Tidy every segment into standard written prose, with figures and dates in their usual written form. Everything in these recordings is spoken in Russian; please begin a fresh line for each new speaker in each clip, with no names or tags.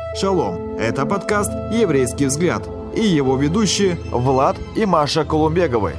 Шалом! Это подкаст «Еврейский взгляд» и его ведущие Влад и Маша Колумбеговы.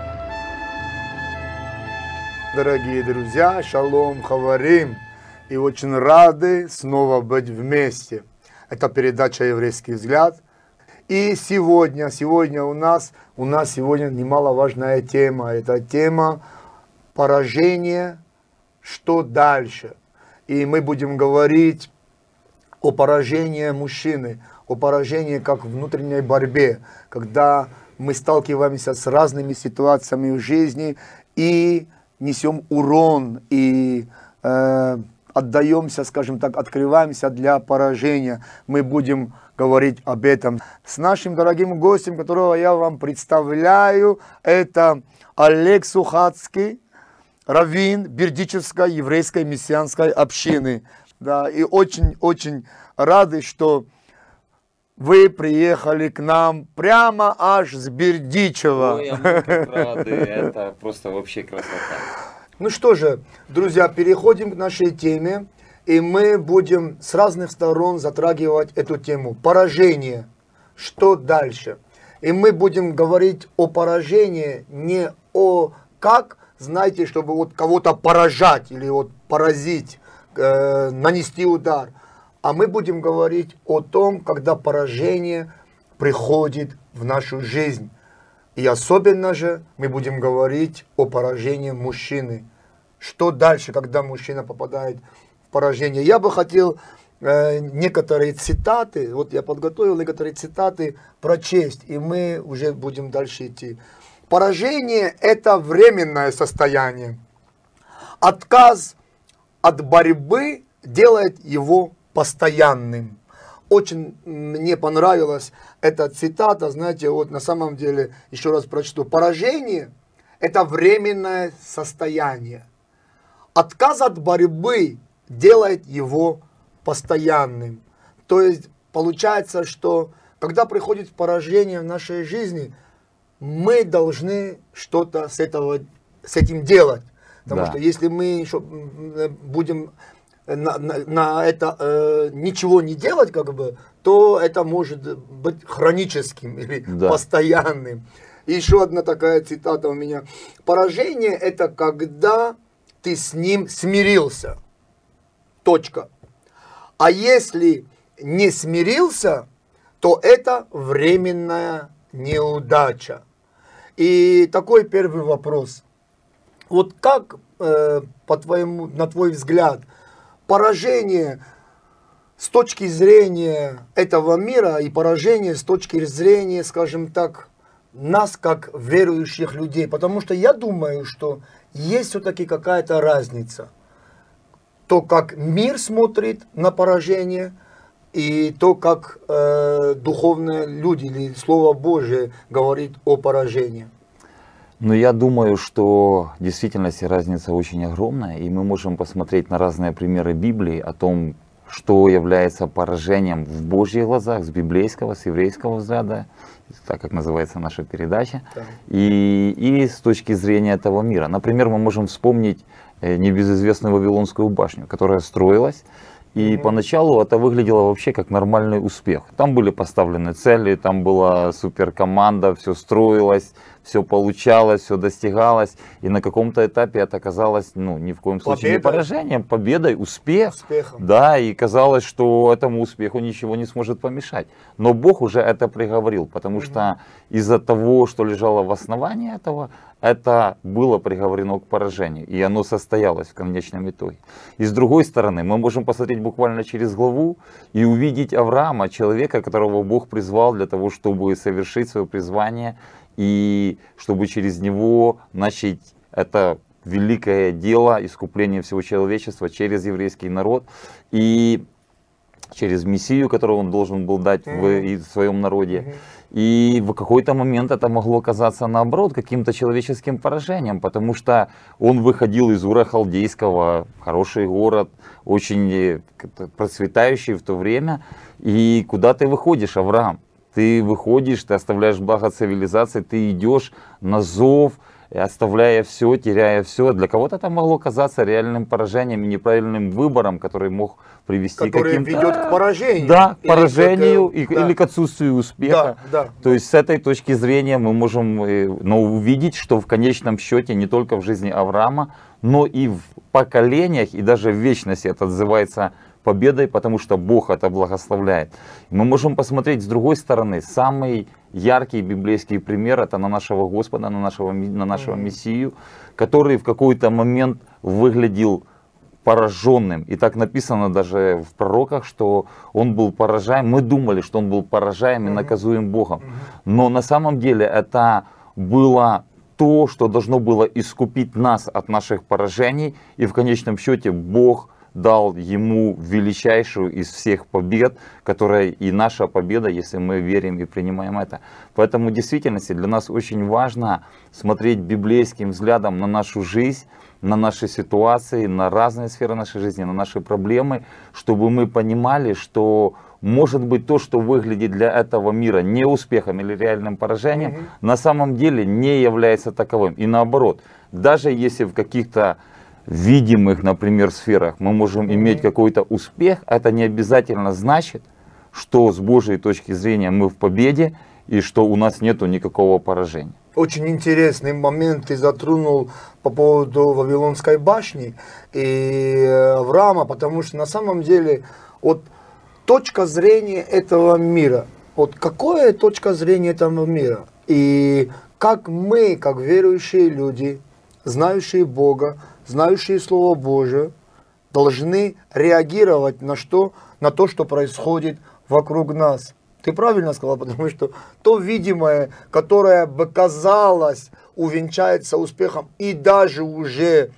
Дорогие друзья, шалом, хаварим, и очень рады снова быть вместе. Это передача «Еврейский взгляд». И сегодня у нас немаловажная тема. Это тема поражения, что дальше. И мы будем говорить о поражении мужчины, о поражении как в внутренней борьбе, когда мы сталкиваемся с разными ситуациями в жизни и несем урон, и отдаемся, скажем так, открываемся для поражения. Мы будем говорить об этом с нашим дорогим гостем, которого я вам представляю. Это Олег Сухацкий, раввин Бердичевской еврейской мессианской общины. Да, и очень рады, что вы приехали к нам прямо аж с Бердичева.
Ой, а мы как рады, это просто вообще красота.
Ну что же, друзья, переходим к нашей теме, и мы будем с разных сторон затрагивать эту тему. Поражение. Что дальше? И мы будем говорить о поражении не о как, знаете, чтобы вот кого-то поражать или вот поразить, нанести удар. А мы будем говорить о том, когда поражение приходит в нашу жизнь. И особенно же мы будем говорить о поражении мужчины. Что дальше, когда мужчина попадает в поражение? Я бы хотел некоторые цитаты, вот я подготовил некоторые цитаты прочесть, и мы уже будем дальше идти. Поражение – это временное состояние. Отказ от борьбы делает его постоянным. Очень мне понравилась эта цитата, знаете, вот на самом деле, еще раз прочту. Поражение – это временное состояние. Отказ от борьбы делает его постоянным. То есть получается, что когда приходит поражение в нашей жизни, мы должны что-то с этим делать. Потому что если мы еще будем на это ничего не делать, как бы, то это может быть хроническим или постоянным. И еще одна такая цитата у меня. Поражение – это когда ты с ним смирился. Точка. А если не смирился, то это временная неудача. И такой первый вопрос. Вот как, на твой взгляд, поражение с точки зрения этого мира и поражение с точки зрения, скажем так, нас как верующих людей? Потому что я думаю, что есть все-таки какая-то разница. То, как мир смотрит на поражение, и то, как духовные люди или Слово Божие говорит о поражении.
Но я думаю, что в действительности разница очень огромная, и мы можем посмотреть на разные примеры Библии о том, что является поражением в Божьих глазах, с библейского, с еврейского взгляда, так как называется наша передача, да. и с точки зрения этого мира. Например, мы можем вспомнить небезызвестную Вавилонскую башню, которая строилась, и поначалу это выглядело вообще как нормальный успех. Там были поставлены цели, там была суперкоманда, все строилось, все получалось, все достигалось. И на каком-то этапе это казалось, ни в коем случае не поражением, победой, успехом. Да, и казалось, что этому успеху ничего не сможет помешать. Но Бог уже это приговорил, потому что из-за того, что лежало в основании этого, это было приговорено к поражению, и оно состоялось в конечном итоге. И с другой стороны, мы можем посмотреть буквально через главу и увидеть Авраама, человека, которого Бог призвал для того, чтобы совершить свое призвание, и чтобы через него начать это великое дело искупления всего человечества через еврейский народ и через Мессию, которого он должен был дать в своем народе. И в какой-то момент это могло казаться наоборот каким-то человеческим поражением, потому что он выходил из Ура Халдейского, хороший город, очень процветающий в то время. И куда ты выходишь, Авраам? Ты выходишь, ты оставляешь благо цивилизации, ты идешь на зов оставляя все, теряя все. Для кого-то это могло казаться реальным поражением и неправильным выбором, который мог привести к каким-то...
ведет к поражению.
Да, к поражению
да.
или к отсутствию успеха.
Да.
То есть с этой точки зрения мы можем увидеть, что в конечном счете не только в жизни Авраама, но и в поколениях, и даже в вечности это отзывается победой, потому что Бог это благословляет. Мы можем посмотреть с другой стороны. Самый яркий библейский пример это на нашего Господа, на нашего Мессию, который в какой-то момент выглядел пораженным. И так написано даже в пророках, что он был поражаем. Мы думали, что он был поражаем и наказуем Богом. Но на самом деле это было то, что должно было искупить нас от наших поражений. И в конечном счете Бог дал ему величайшую из всех побед, которая и наша победа, если мы верим и принимаем это. Поэтому в действительности для нас очень важно смотреть библейским взглядом на нашу жизнь, на наши ситуации, на разные сферы нашей жизни, на наши проблемы, чтобы мы понимали, что может быть то, что выглядит для этого мира не успехом или реальным поражением, на самом деле не является таковым. И наоборот, даже если в каких-то видимых, например, сферах мы можем иметь какой-то успех, это не обязательно значит, что с Божьей точки зрения мы в победе и что у нас нету никакого поражения.
Очень интересный момент ты затронул по поводу Вавилонской башни и Авраама, потому что на самом деле вот точка зрения этого мира, вот какая точка зрения этого мира, и как мы, как верующие люди, знающие Бога, знающие Слово Божие, должны реагировать на то, что происходит вокруг нас. Ты правильно сказал, потому что то видимое, которое бы казалось увенчается успехом и даже уже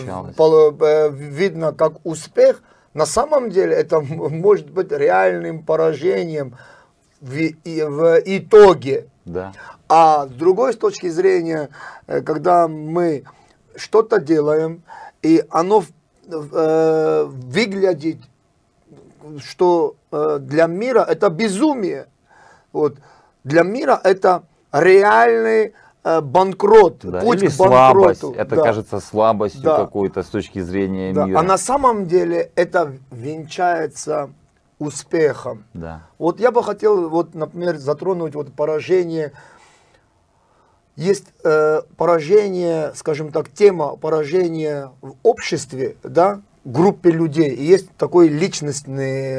видно как успех, на самом деле это может быть реальным поражением в итоге.
Да.
А с другой точки зрения, когда мы что-то делаем, и оно выглядит, что для мира это безумие. Вот. Для мира это реальный банкрот,
да,
путь
или
к банкроту.
Слабость. Это кажется слабостью какой-то с точки зрения мира.
А на самом деле это венчается успехом.
Да.
Вот я бы хотел, вот, например, затронуть вот поражение. Есть поражение, скажем так, тема поражения в обществе, да, группе людей. И есть такой личностный,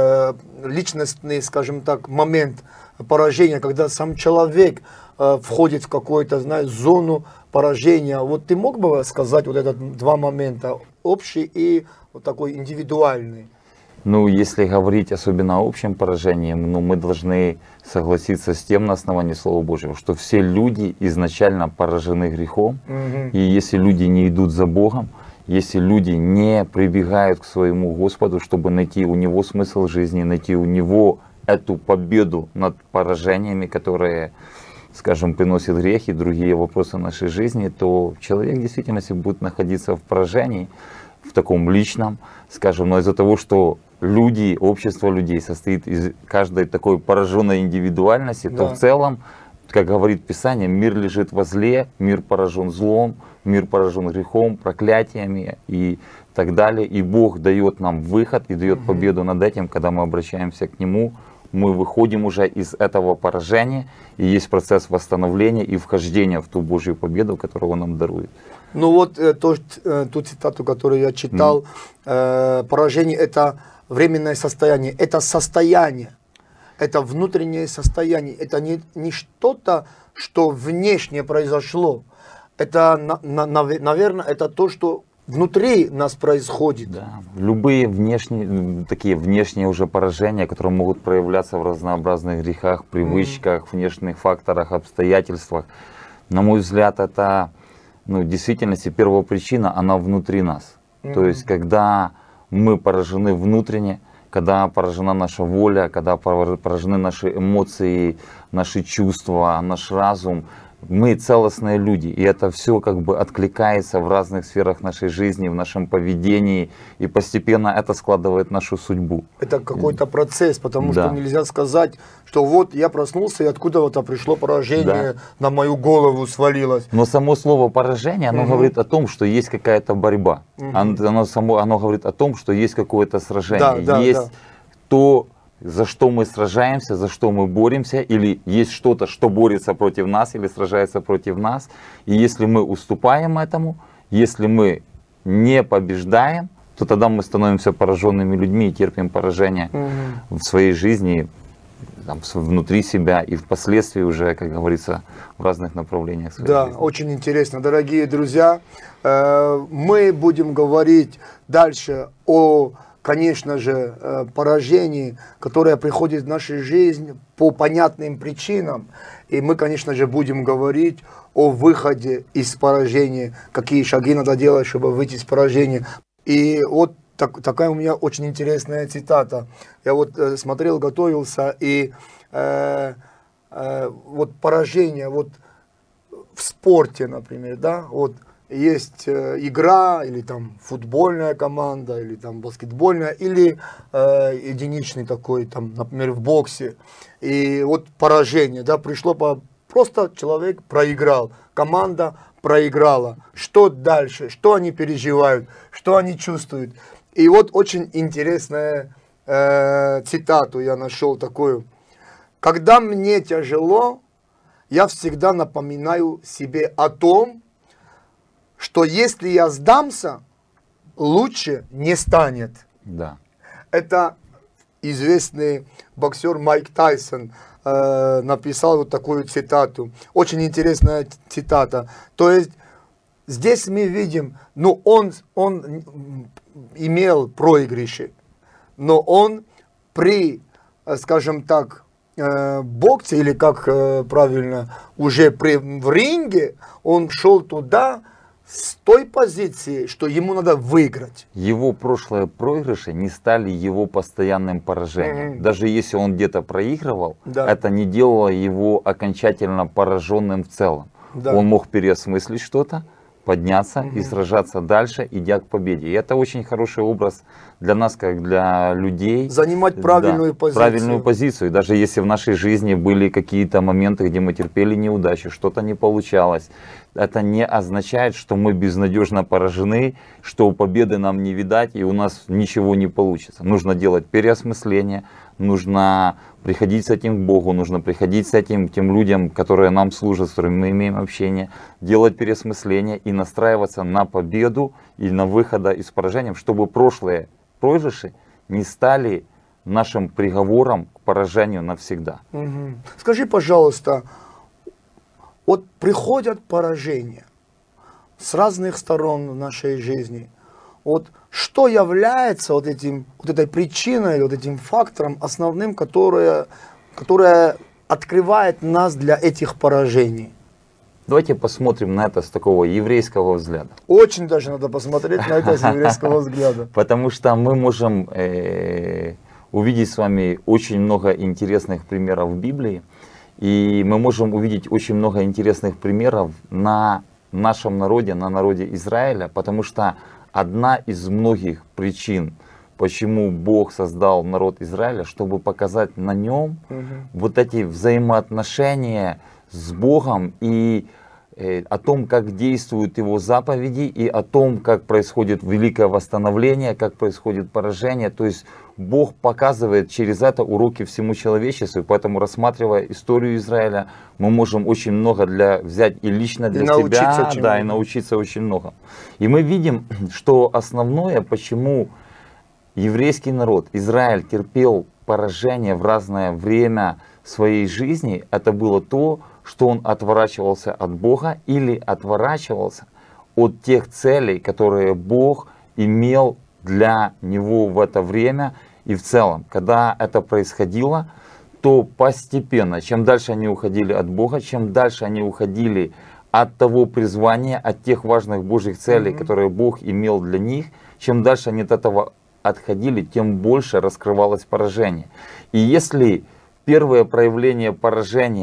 скажем так, момент поражения, когда сам человек входит в какую-то, знаешь, зону поражения. Вот ты мог бы сказать вот это два момента, общий и вот такой индивидуальный?
Ну, если говорить особенно о общем поражении, мы должны согласиться с тем на основании Слова Божьего, что все люди изначально поражены грехом. И если люди не идут за Богом, если люди не прибегают к своему Господу, чтобы найти у Него смысл жизни, найти у Него эту победу над поражениями, которые, скажем, приносят грех и другие вопросы нашей жизни, то человек в действительности будет находиться в поражении, в таком личном, скажем, но из-за того, что люди, общество людей состоит из каждой такой пораженной индивидуальности, то в целом, как говорит Писание, мир лежит во зле, мир поражен злом, мир поражен грехом, проклятиями и так далее. И Бог дает нам выход и дает победу над этим, когда мы обращаемся к Нему. Мы выходим уже из этого поражения, и есть процесс восстановления и вхождения в ту Божью победу, которую Он нам дарует.
Ну вот ту цитату, которую я читал, поражение это временное состояние, это состояние, это внутреннее состояние, это не что-то, что внешне произошло, это, наверное, это то, что внутри нас происходит.
Да. Любые такие внешние уже поражения, которые могут проявляться в разнообразных грехах, привычках, внешних факторах, обстоятельствах, на мой взгляд, это в действительности первопричина, она внутри нас. То есть, когда мы поражены внутренне, когда поражена наша воля, когда поражены наши эмоции, наши чувства, наш разум, мы целостные люди, и это все как бы откликается в разных сферах нашей жизни, в нашем поведении, и постепенно это складывает нашу судьбу.
Это какой-то процесс, потому
Да.
что нельзя сказать, что вот я проснулся, и откуда-то пришло поражение,
Да.
на мою голову свалилось.
Но само слово поражение, оно говорит о том, что есть какая-то борьба. Оно говорит о том, что есть какое-то сражение.
Да,
есть
да.
то, за что мы сражаемся, за что мы боремся, или есть что-то, что борется против нас или сражается против нас. И если мы уступаем этому, если мы не побеждаем, то тогда мы становимся пораженными людьми и терпим поражение в своей жизни, там, внутри себя и впоследствии уже, как говорится, в разных направлениях своей
Да,
жизни.
очень интересно. Дорогие друзья, мы будем говорить дальше о, конечно же, поражении, которое приходит в нашу жизнь по понятным причинам. И мы, конечно же, будем говорить о выходе из поражения, какие шаги надо делать, чтобы выйти из поражения. И вот такая у меня очень интересная цитата. Я вот смотрел, готовился, и вот поражение, вот в спорте, например, да, вот есть игра, или там футбольная команда, или там баскетбольная, или единичный такой, там, например, в боксе. И вот поражение, да, пришло просто человек проиграл, команда проиграла. Что дальше? Что они переживают? Что они чувствуют? И вот очень интересная цитату я нашел такую. Когда мне тяжело, я всегда напоминаю себе о том, что если я сдамся, лучше не станет.
Да.
Это известный боксер Майк Тайсон написал вот такую цитату. Очень интересная цитата. То есть здесь мы видим, ну он имел проигрыши, но он при, скажем так, боксе, или как правильно, уже в ринге, он шел туда с той позиции, что ему надо выиграть.
Его прошлые проигрыши не стали его постоянным поражением. Даже если он где-то проигрывал,
Да.
это не делало его окончательно пораженным в целом.
Да.
Он мог переосмыслить что-то, подняться и сражаться дальше, идя к победе. И это очень хороший образ для нас, как для людей.
Занимать правильную позицию.
Правильную позицию. И даже если в нашей жизни были какие-то моменты, где мы терпели неудачи, что-то не получалось, это не означает, что мы безнадежно поражены, что победы нам не видать и у нас ничего не получится. Нужно делать переосмысление, нужно приходить с этим к Богу, нужно приходить с этим к тем людям, которые нам служат, с которыми мы имеем общение, делать переосмысление и настраиваться на победу и на выход из поражения, чтобы прошлые проигрыши не стали нашим приговором к поражению навсегда.
Скажи, пожалуйста, вот приходят поражения с разных сторон в нашей жизни. Вот что является вот этой причиной, вот этим фактором основным, которое открывает нас для этих поражений?
Давайте посмотрим на это с такого еврейского взгляда.
Очень даже надо посмотреть на это с еврейского взгляда.
Потому что мы можем увидеть с вами очень много интересных примеров в Библии. И мы можем увидеть очень много интересных примеров на нашем народе, на народе Израиля. Потому что одна из многих причин, почему Бог создал народ Израиля, чтобы показать на нем вот эти взаимоотношения с Богом и о том, как действуют его заповеди, и о том, как происходит великое восстановление, как происходит поражение. То есть Бог показывает через это уроки всему человечеству, и поэтому, рассматривая историю Израиля, мы можем очень много взять и лично для себя, да, и научиться очень много. И мы видим, что основное, почему еврейский народ, Израиль, терпел поражение в разное время своей жизни, это было то, что он отворачивался от Бога или отворачивался от тех целей, которые Бог имел для него в это время. И в целом, когда это происходило, то постепенно, чем дальше они уходили от Бога, чем дальше они уходили от того призвания, от тех важных Божьих целей, которые Бог имел для них, чем дальше они от этого отходили, тем больше раскрывалось поражение. И если первое проявление поражения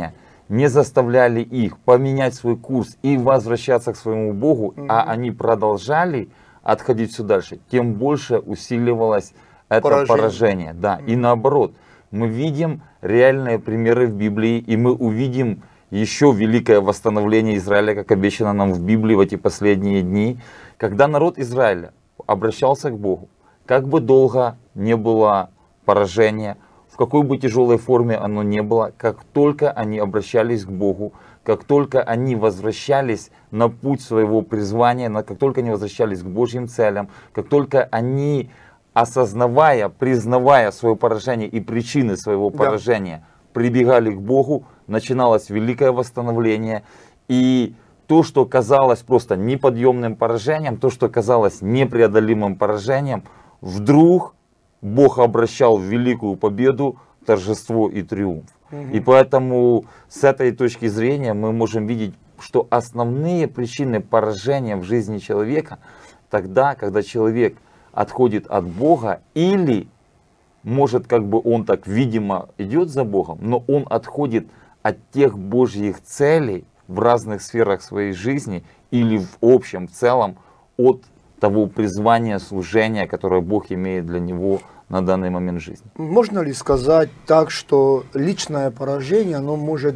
не заставляли их поменять свой курс и возвращаться к своему Богу, а они продолжали отходить все дальше, тем больше усиливалось это поражение. Да. И наоборот, мы видим реальные примеры в Библии, и мы увидим еще великое восстановление Израиля, как обещано нам в Библии в эти последние дни, когда народ Израиля обращался к Богу. Как бы долго не было поражения, в какой бы тяжелой форме оно ни было, как только они обращались к Богу, как только они возвращались на путь своего призвания, как только они возвращались к Божьим целям, как только они, осознавая, признавая свое поражение и причины своего поражения, прибегали к Богу, начиналось великое восстановление. И то, что казалось просто неподъемным поражением, то, что казалось непреодолимым поражением, вдруг Бог обращал в великую победу, торжество и триумф. И поэтому с этой точки зрения мы можем видеть, что основные причины поражения в жизни человека тогда, когда человек отходит от Бога, или может, как бы он так видимо идет за Богом, но он отходит от тех Божьих целей в разных сферах своей жизни или в общем, в целом от того призвания, служения, которое Бог имеет для него на данный момент жизни.
Можно ли сказать так, что личное поражение, оно может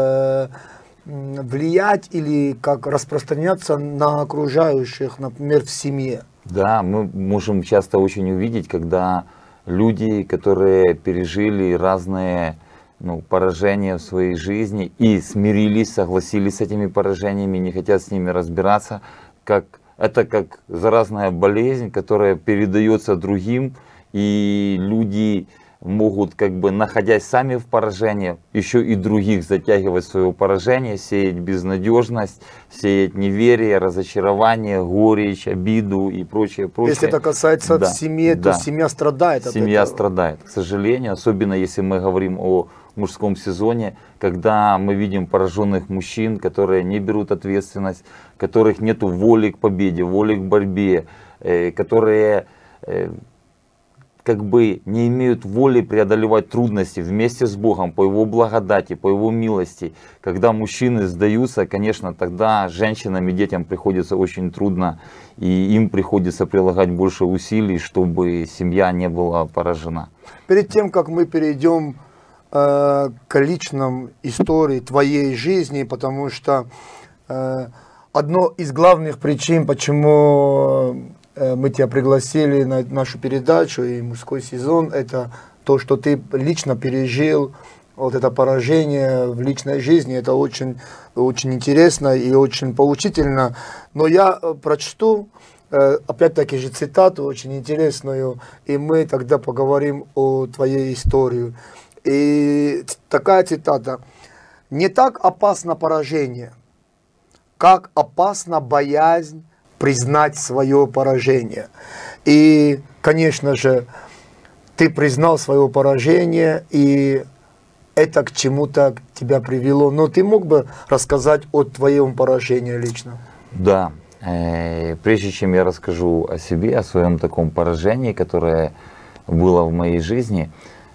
влиять или как распространяться на окружающих, например, в семье?
Да, мы можем часто очень увидеть, когда люди, которые пережили разные поражения в своей жизни и смирились, согласились с этими поражениями, не хотят с ними разбираться, это как заразная болезнь, которая передается другим, и люди могут, как бы находясь сами в поражении, еще и других затягивать в свое поражение, сеять безнадежность, сеять неверие, разочарование, горечь, обиду и прочее, прочее.
Если это касается в семье, то семья страдает от этого.
Семья страдает, к сожалению, особенно если мы говорим о мужском сезоне, когда мы видим пораженных мужчин, которые не берут ответственность, у которых нет воли к победе, воли к борьбе, которые как бы не имеют воли преодолевать трудности вместе с Богом по Его благодати, по Его милости. Когда мужчины сдаются, конечно, тогда женщинам и детям приходится очень трудно, и им приходится прилагать больше усилий, чтобы семья не была поражена.
Перед тем, как мы перейдем к личным истории твоей жизни, потому что одно из главных причин, почему мы тебя пригласили на нашу передачу и мужской сезон, это то, что ты лично пережил вот это поражение в личной жизни. Это очень, очень интересно и очень поучительно. Но я прочту, опять-таки же, цитату очень интересную, и мы тогда поговорим о твоей истории. И такая цитата. «Не так опасно поражение, как опасна боязнь признать свое поражение». И, конечно же, ты признал свое поражение, и это к чему-то тебя привело. Но ты мог бы рассказать о твоем поражении лично?
Да. Прежде чем я расскажу о себе, о своем таком поражении, которое было в моей жизни,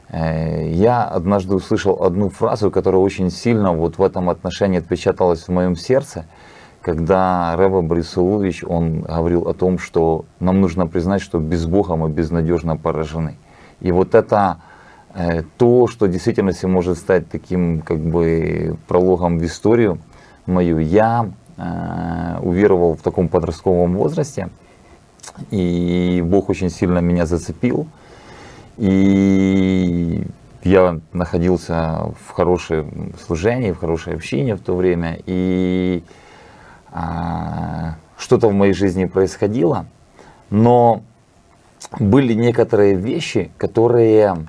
я однажды услышал одну фразу, которая очень сильно вот в этом отношении отпечаталась в моем сердце, когда Ребе Борис Улович, он говорил о том, что нам нужно признать, что без Бога мы безнадежно поражены. И вот это то, что в действительности может стать таким как бы прологом в историю мою. Я уверовал в таком подростковом возрасте, и Бог очень сильно меня зацепил. И я находился в хорошем служении, в хорошей общине в то время, и что-то в моей жизни происходило, но были некоторые вещи, которые,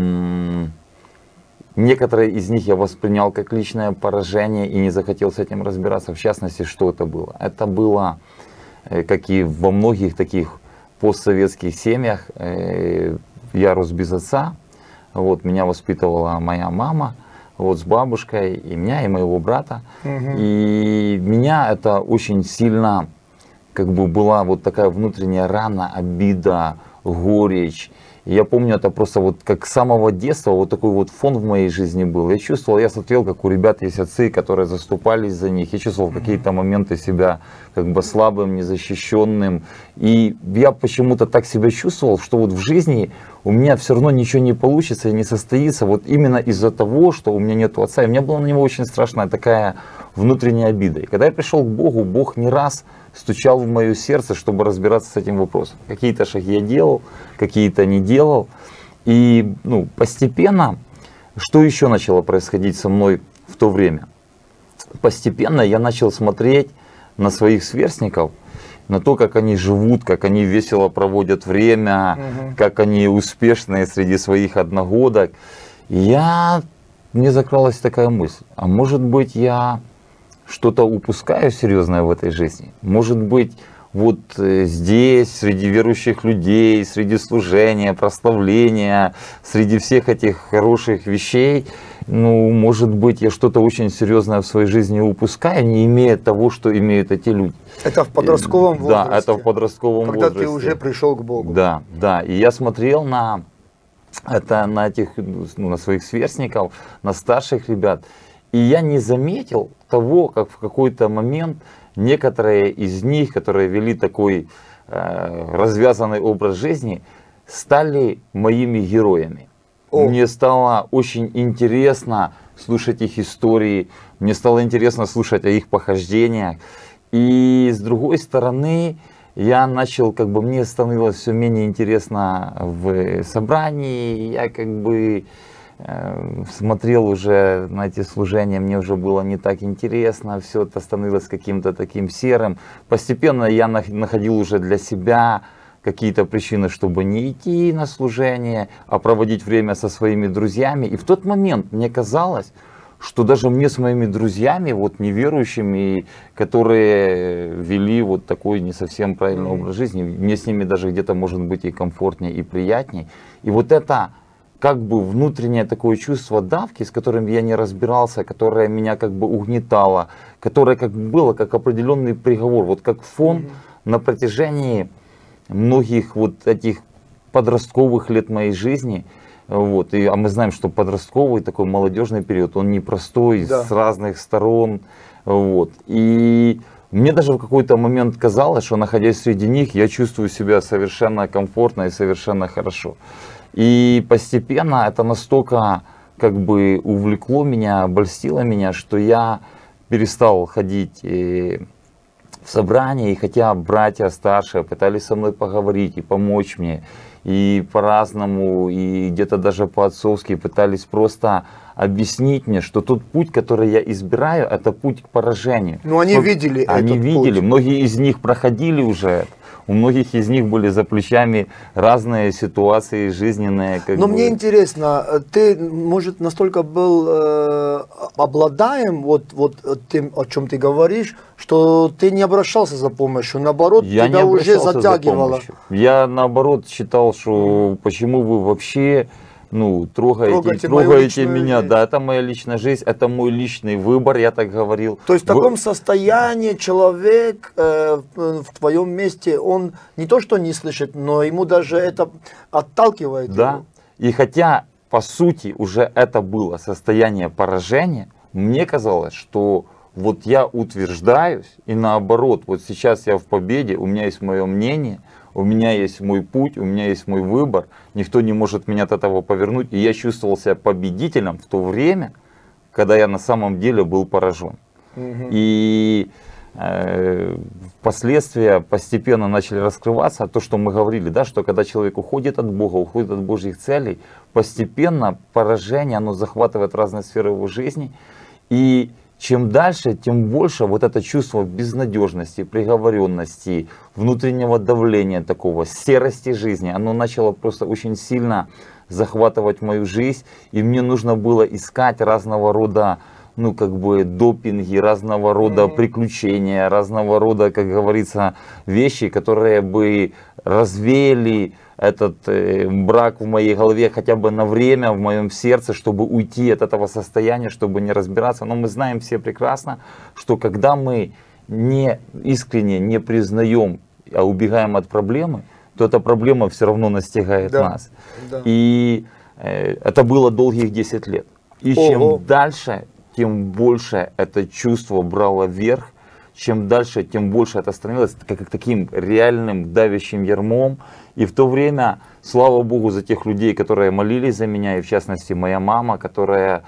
некоторые из них я воспринял как личное поражение и не захотел с этим разбираться. В частности, что это было? Это было, как и во многих таких постсоветских семьях, я рос без отца, вот, меня воспитывала моя мама, вот, с бабушкой, и меня, и моего брата. И меня это очень сильно, как бы была вот такая внутренняя рана, обида, горечь. И я помню, это просто вот как с самого детства вот такой вот фон в моей жизни был. Я чувствовал, я смотрел, как у ребят есть отцы, которые заступались за них. Я чувствовал какие-то моменты себя как бы слабым, незащищенным. И я почему-то так себя чувствовал, что вот в жизни у меня все равно ничего не получится и не состоится. Вот именно из-за того, что у меня нет отца. И у меня была на него очень страшная такая внутренняя обида. И когда я пришел к Богу, Бог не раз стучал в мое сердце, чтобы разбираться с этим вопросом. Какие-то шаги я делал, какие-то не делал. И постепенно, что еще начало происходить со мной в то время? Постепенно я начал смотреть на своих сверстников, на то, как они живут, как они весело проводят время, как они успешные среди своих одногодок. И мне закралась такая мысль, а может быть я что-то упускаю серьезное в этой жизни? Может быть, вот здесь, среди верующих людей, среди служения, прославления, среди всех этих хороших вещей, может быть, я что-то очень серьезное в своей жизни упускаю, не имея того, что имеют эти люди.
Это в подростковом возрасте?
Да, это в подростковом возрасте.
Когда ты уже пришел к Богу?
Да, да. И я смотрел на своих сверстников, на старших ребят, и я не заметил того, как в какой-то момент некоторые из них, которые вели такой развязанный образ жизни, стали моими героями. Мне стало очень интересно слушать их истории, мне стало интересно слушать о их похождениях. И с другой стороны, я начал, мне становилось все менее интересно в собрании, я смотрел уже на эти служения, мне уже было не так интересно, все это становилось каким-то таким серым. Постепенно я находил уже для себя какие-то причины, чтобы не идти на служение, а проводить время со своими друзьями. И в тот момент мне казалось, что даже мне с моими друзьями, неверующими, которые вели такой не совсем правильный образ жизни, мне с ними даже где-то может быть и комфортнее, и приятнее. И это внутреннее такое чувство давки, с которым я не разбирался, которое меня угнетало, которое было как определенный приговор, как фон на протяжении многих этих подростковых лет моей жизни. А мы знаем, что подростковый такой молодежный период, он непростой, да, с разных сторон. И мне даже в какой-то момент казалось, что, находясь среди них, я чувствую себя совершенно комфортно и совершенно хорошо. И постепенно это настолько увлекло меня, обольстило меня, что я перестал ходить в собрания, и хотя братья старшие пытались со мной поговорить и помочь мне, и по-разному, и где-то даже по-отцовски пытались просто объяснить мне, что тот путь, который я избираю, это путь к поражению.
Но они видели этот путь. Они видели,
многие из них проходили уже это. У многих из них были за плечами разные ситуации жизненные.
Но мне интересно, ты, может, настолько был обладаем тем, о чем ты говоришь, что ты не обращался за помощью, наоборот, тебя уже затягивало.
Я, наоборот, считал, что почему вы вообще трогаете меня, да, это моя личная жизнь, это мой личный выбор, я так говорил.
То есть в таком состоянии человек в твоем месте, он не то что не слышит, но ему даже это отталкивает.
Да,
его.
И хотя по сути уже это было состояние поражения, мне казалось, что я утверждаюсь, и наоборот, сейчас я в победе, у меня есть мое мнение, у меня есть мой путь, у меня есть мой выбор, никто не может меня от этого повернуть. И я чувствовал себя победителем в то время, когда я на самом деле был поражен. И последствия постепенно начали раскрываться. То, что мы говорили, да, что когда человек уходит от Бога, уходит от Божьих целей, постепенно поражение, оно захватывает разные сферы его жизни. И чем дальше, тем больше это чувство безнадежности, приговоренности, внутреннего давления такого, серости жизни, оно начало просто очень сильно захватывать мою жизнь. И мне нужно было искать разного рода, допинги, разного рода приключения, разного рода, как говорится, вещи, которые бы развеяли этот брак в моей голове хотя бы на время, в моем сердце, чтобы уйти от этого состояния, чтобы не разбираться. Но мы знаем все прекрасно, что когда мы не искренне не признаем, а убегаем от проблемы, то эта проблема все равно настигает нас.
Да.
И это было долгих 10 лет. И чем дальше, тем больше это чувство брало верх. Чем дальше, тем больше это становилось как таким реальным давящим ярмом. И в то время, слава Богу, за тех людей, которые молились за меня, и в частности моя мама, которая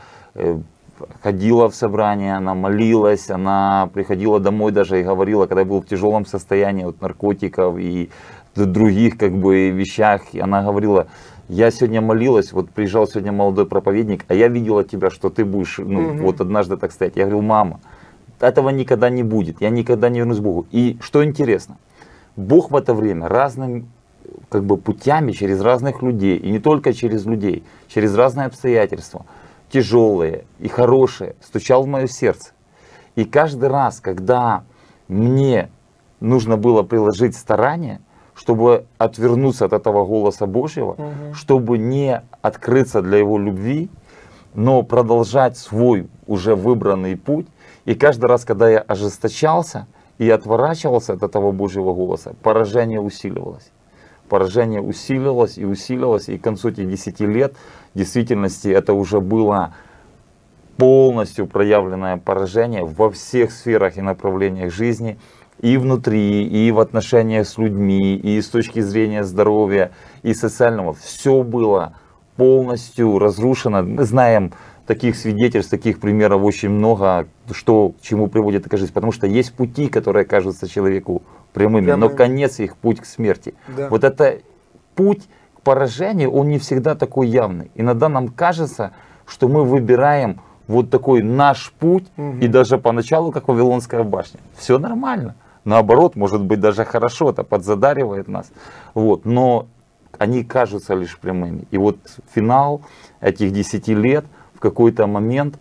ходила в собрание, она молилась, она приходила домой даже и говорила, когда я был в тяжелом состоянии от наркотиков и других вещах, и она говорила: я сегодня молилась, вот приезжал сегодня молодой проповедник, а я видела тебя, что ты будешь вот однажды так стоять. Я говорил: мама, этого никогда не будет, я никогда не вернусь к Богу. И что интересно, Бог в это время разными путями, через разных людей, и не только через людей, через разные обстоятельства, тяжелые и хорошие, стучал в мое сердце. И каждый раз, когда мне нужно было приложить старание, чтобы отвернуться от этого голоса Божьего, чтобы не открыться для Его любви, но продолжать свой уже выбранный путь. И каждый раз, когда я ожесточался и отворачивался от этого Божьего голоса, поражение усиливалось. Поражение усиливалось и усиливалось. И к концу этих 10 лет в действительности это уже было полностью проявленное поражение во всех сферах и направлениях жизни. И внутри, и в отношениях с людьми, и с точки зрения здоровья, и социального. Все было полностью разрушено. Мы знаем таких свидетельств, таких примеров очень много, что к чему приводит такая жизнь. Потому что есть пути, которые кажутся человеку прямыми, но конец их путь к смерти.
Да.
Вот это путь к поражению, он не всегда такой явный. Иногда нам кажется, что мы выбираем вот такой наш путь, и даже поначалу, как Вавилонская башня, все нормально. Наоборот, может быть даже хорошо, это подзадаривает нас. Вот. Но они кажутся лишь прямыми. И вот финал этих 10 лет, в какой-то момент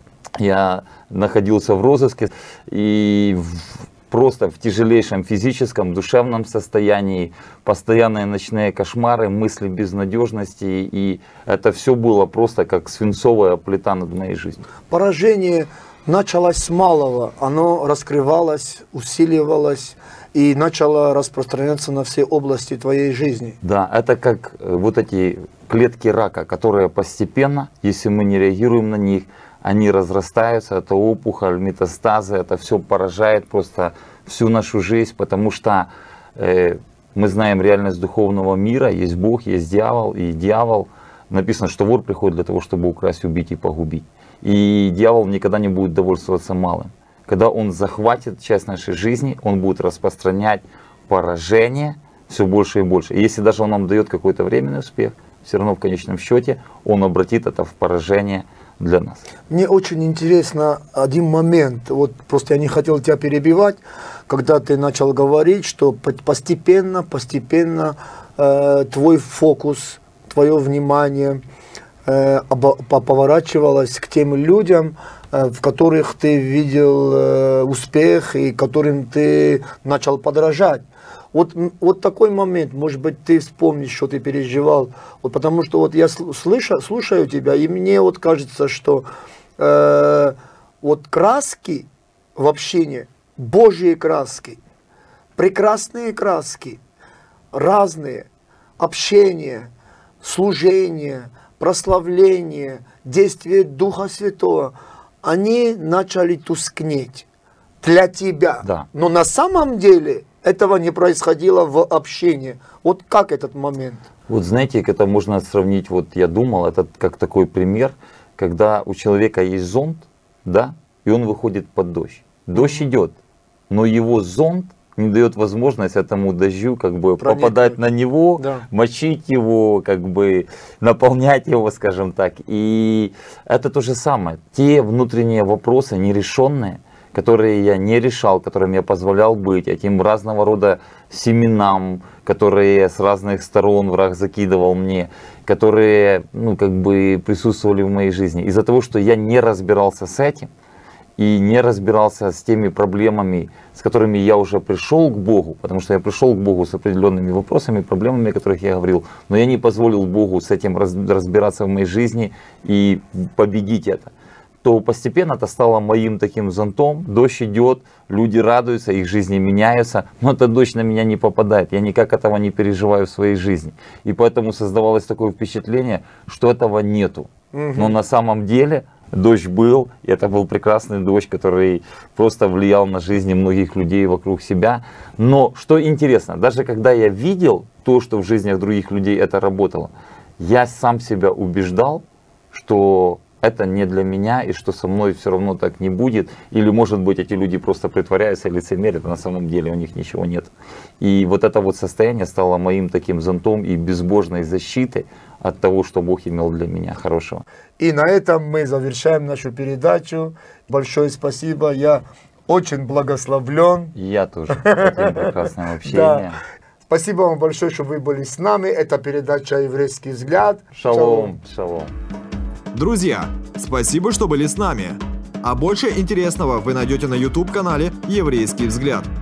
я находился в розыске и просто в тяжелейшем физическом, душевном состоянии, постоянные ночные кошмары, мысли безнадежности. И это все было просто как свинцовая плита над моей жизнью.
Поражение началось с малого, оно раскрывалось, усиливалось и начало распространяться на все области твоей жизни.
Да, это как вот эти клетки рака, которые постепенно, если мы не реагируем на них, они разрастаются, это опухоль, метастазы, это все поражает просто всю нашу жизнь, потому что мы знаем реальность духовного мира, есть Бог, есть дьявол, и дьявол, написано, что вор приходит для того, чтобы украсть, убить и погубить. И дьявол никогда не будет довольствоваться малым. Когда он захватит часть нашей жизни, он будет распространять поражение все больше и больше. И если даже он нам дает какой-то временный успех, все равно в конечном счете он обратит это в поражение для нас.
Мне очень интересно один момент, вот просто я не хотел тебя перебивать, когда ты начал говорить, что постепенно твой фокус, твое внимание поворачивалось к тем людям, в которых ты видел успех и которым ты начал подражать. Вот такой момент, может быть, ты вспомнишь, что ты переживал. Вот потому что вот я слушаю тебя, и мне вот кажется, что вот краски в общении, Божьи краски, прекрасные краски, разные, общение, служение, прославление, действие Духа Святого, они начали тускнеть для тебя.
Да.
Но на самом деле этого не происходило в общении. Вот как этот момент?
Вот знаете, это можно сравнить, вот я думал, это как такой пример, когда у человека есть зонт, да, и он выходит под дождь. Дождь идет, но его зонт не дает возможность этому дождю попадать на него, да, мочить его, наполнять его, скажем так. И это то же самое. Те внутренние вопросы нерешенные, которые я не решал, которым я позволял быть, этим разного рода семенам, которые с разных сторон враг закидывал мне, которые присутствовали в моей жизни. Из-за того, что я не разбирался с этим, и не разбирался с теми проблемами, с которыми я уже пришел к Богу, потому что я пришел к Богу с определенными вопросами, проблемами, о которых я говорил, но я не позволил Богу с этим разбираться в моей жизни и победить это, то постепенно это стало моим таким зонтом. Дождь идет, люди радуются, их жизни меняются, но этот дождь на меня не попадает. Я никак этого не переживаю в своей жизни. И поэтому создавалось такое впечатление, что этого нету. Но на самом деле дождь был, и это был прекрасный дождь, который просто влиял на жизни многих людей вокруг себя. Но что интересно, даже когда я видел то, что в жизнях других людей это работало, я сам себя убеждал, что это не для меня, и что со мной все равно так не будет. Или, может быть, эти люди просто притворяются и лицемерят, а на самом деле у них ничего нет. И вот это вот состояние стало моим таким зонтом и безбожной защитой от того, что Бог имел для меня хорошего.
И на этом мы завершаем нашу передачу. Большое спасибо. Я очень благословлен.
Я тоже таким прекрасным общением.
Да. Спасибо вам большое, что вы были с нами. Это передача «Еврейский взгляд».
Шалом, шалом.
Друзья, спасибо, что были с нами. А больше интересного вы найдете на YouTube-канале «Еврейский взгляд».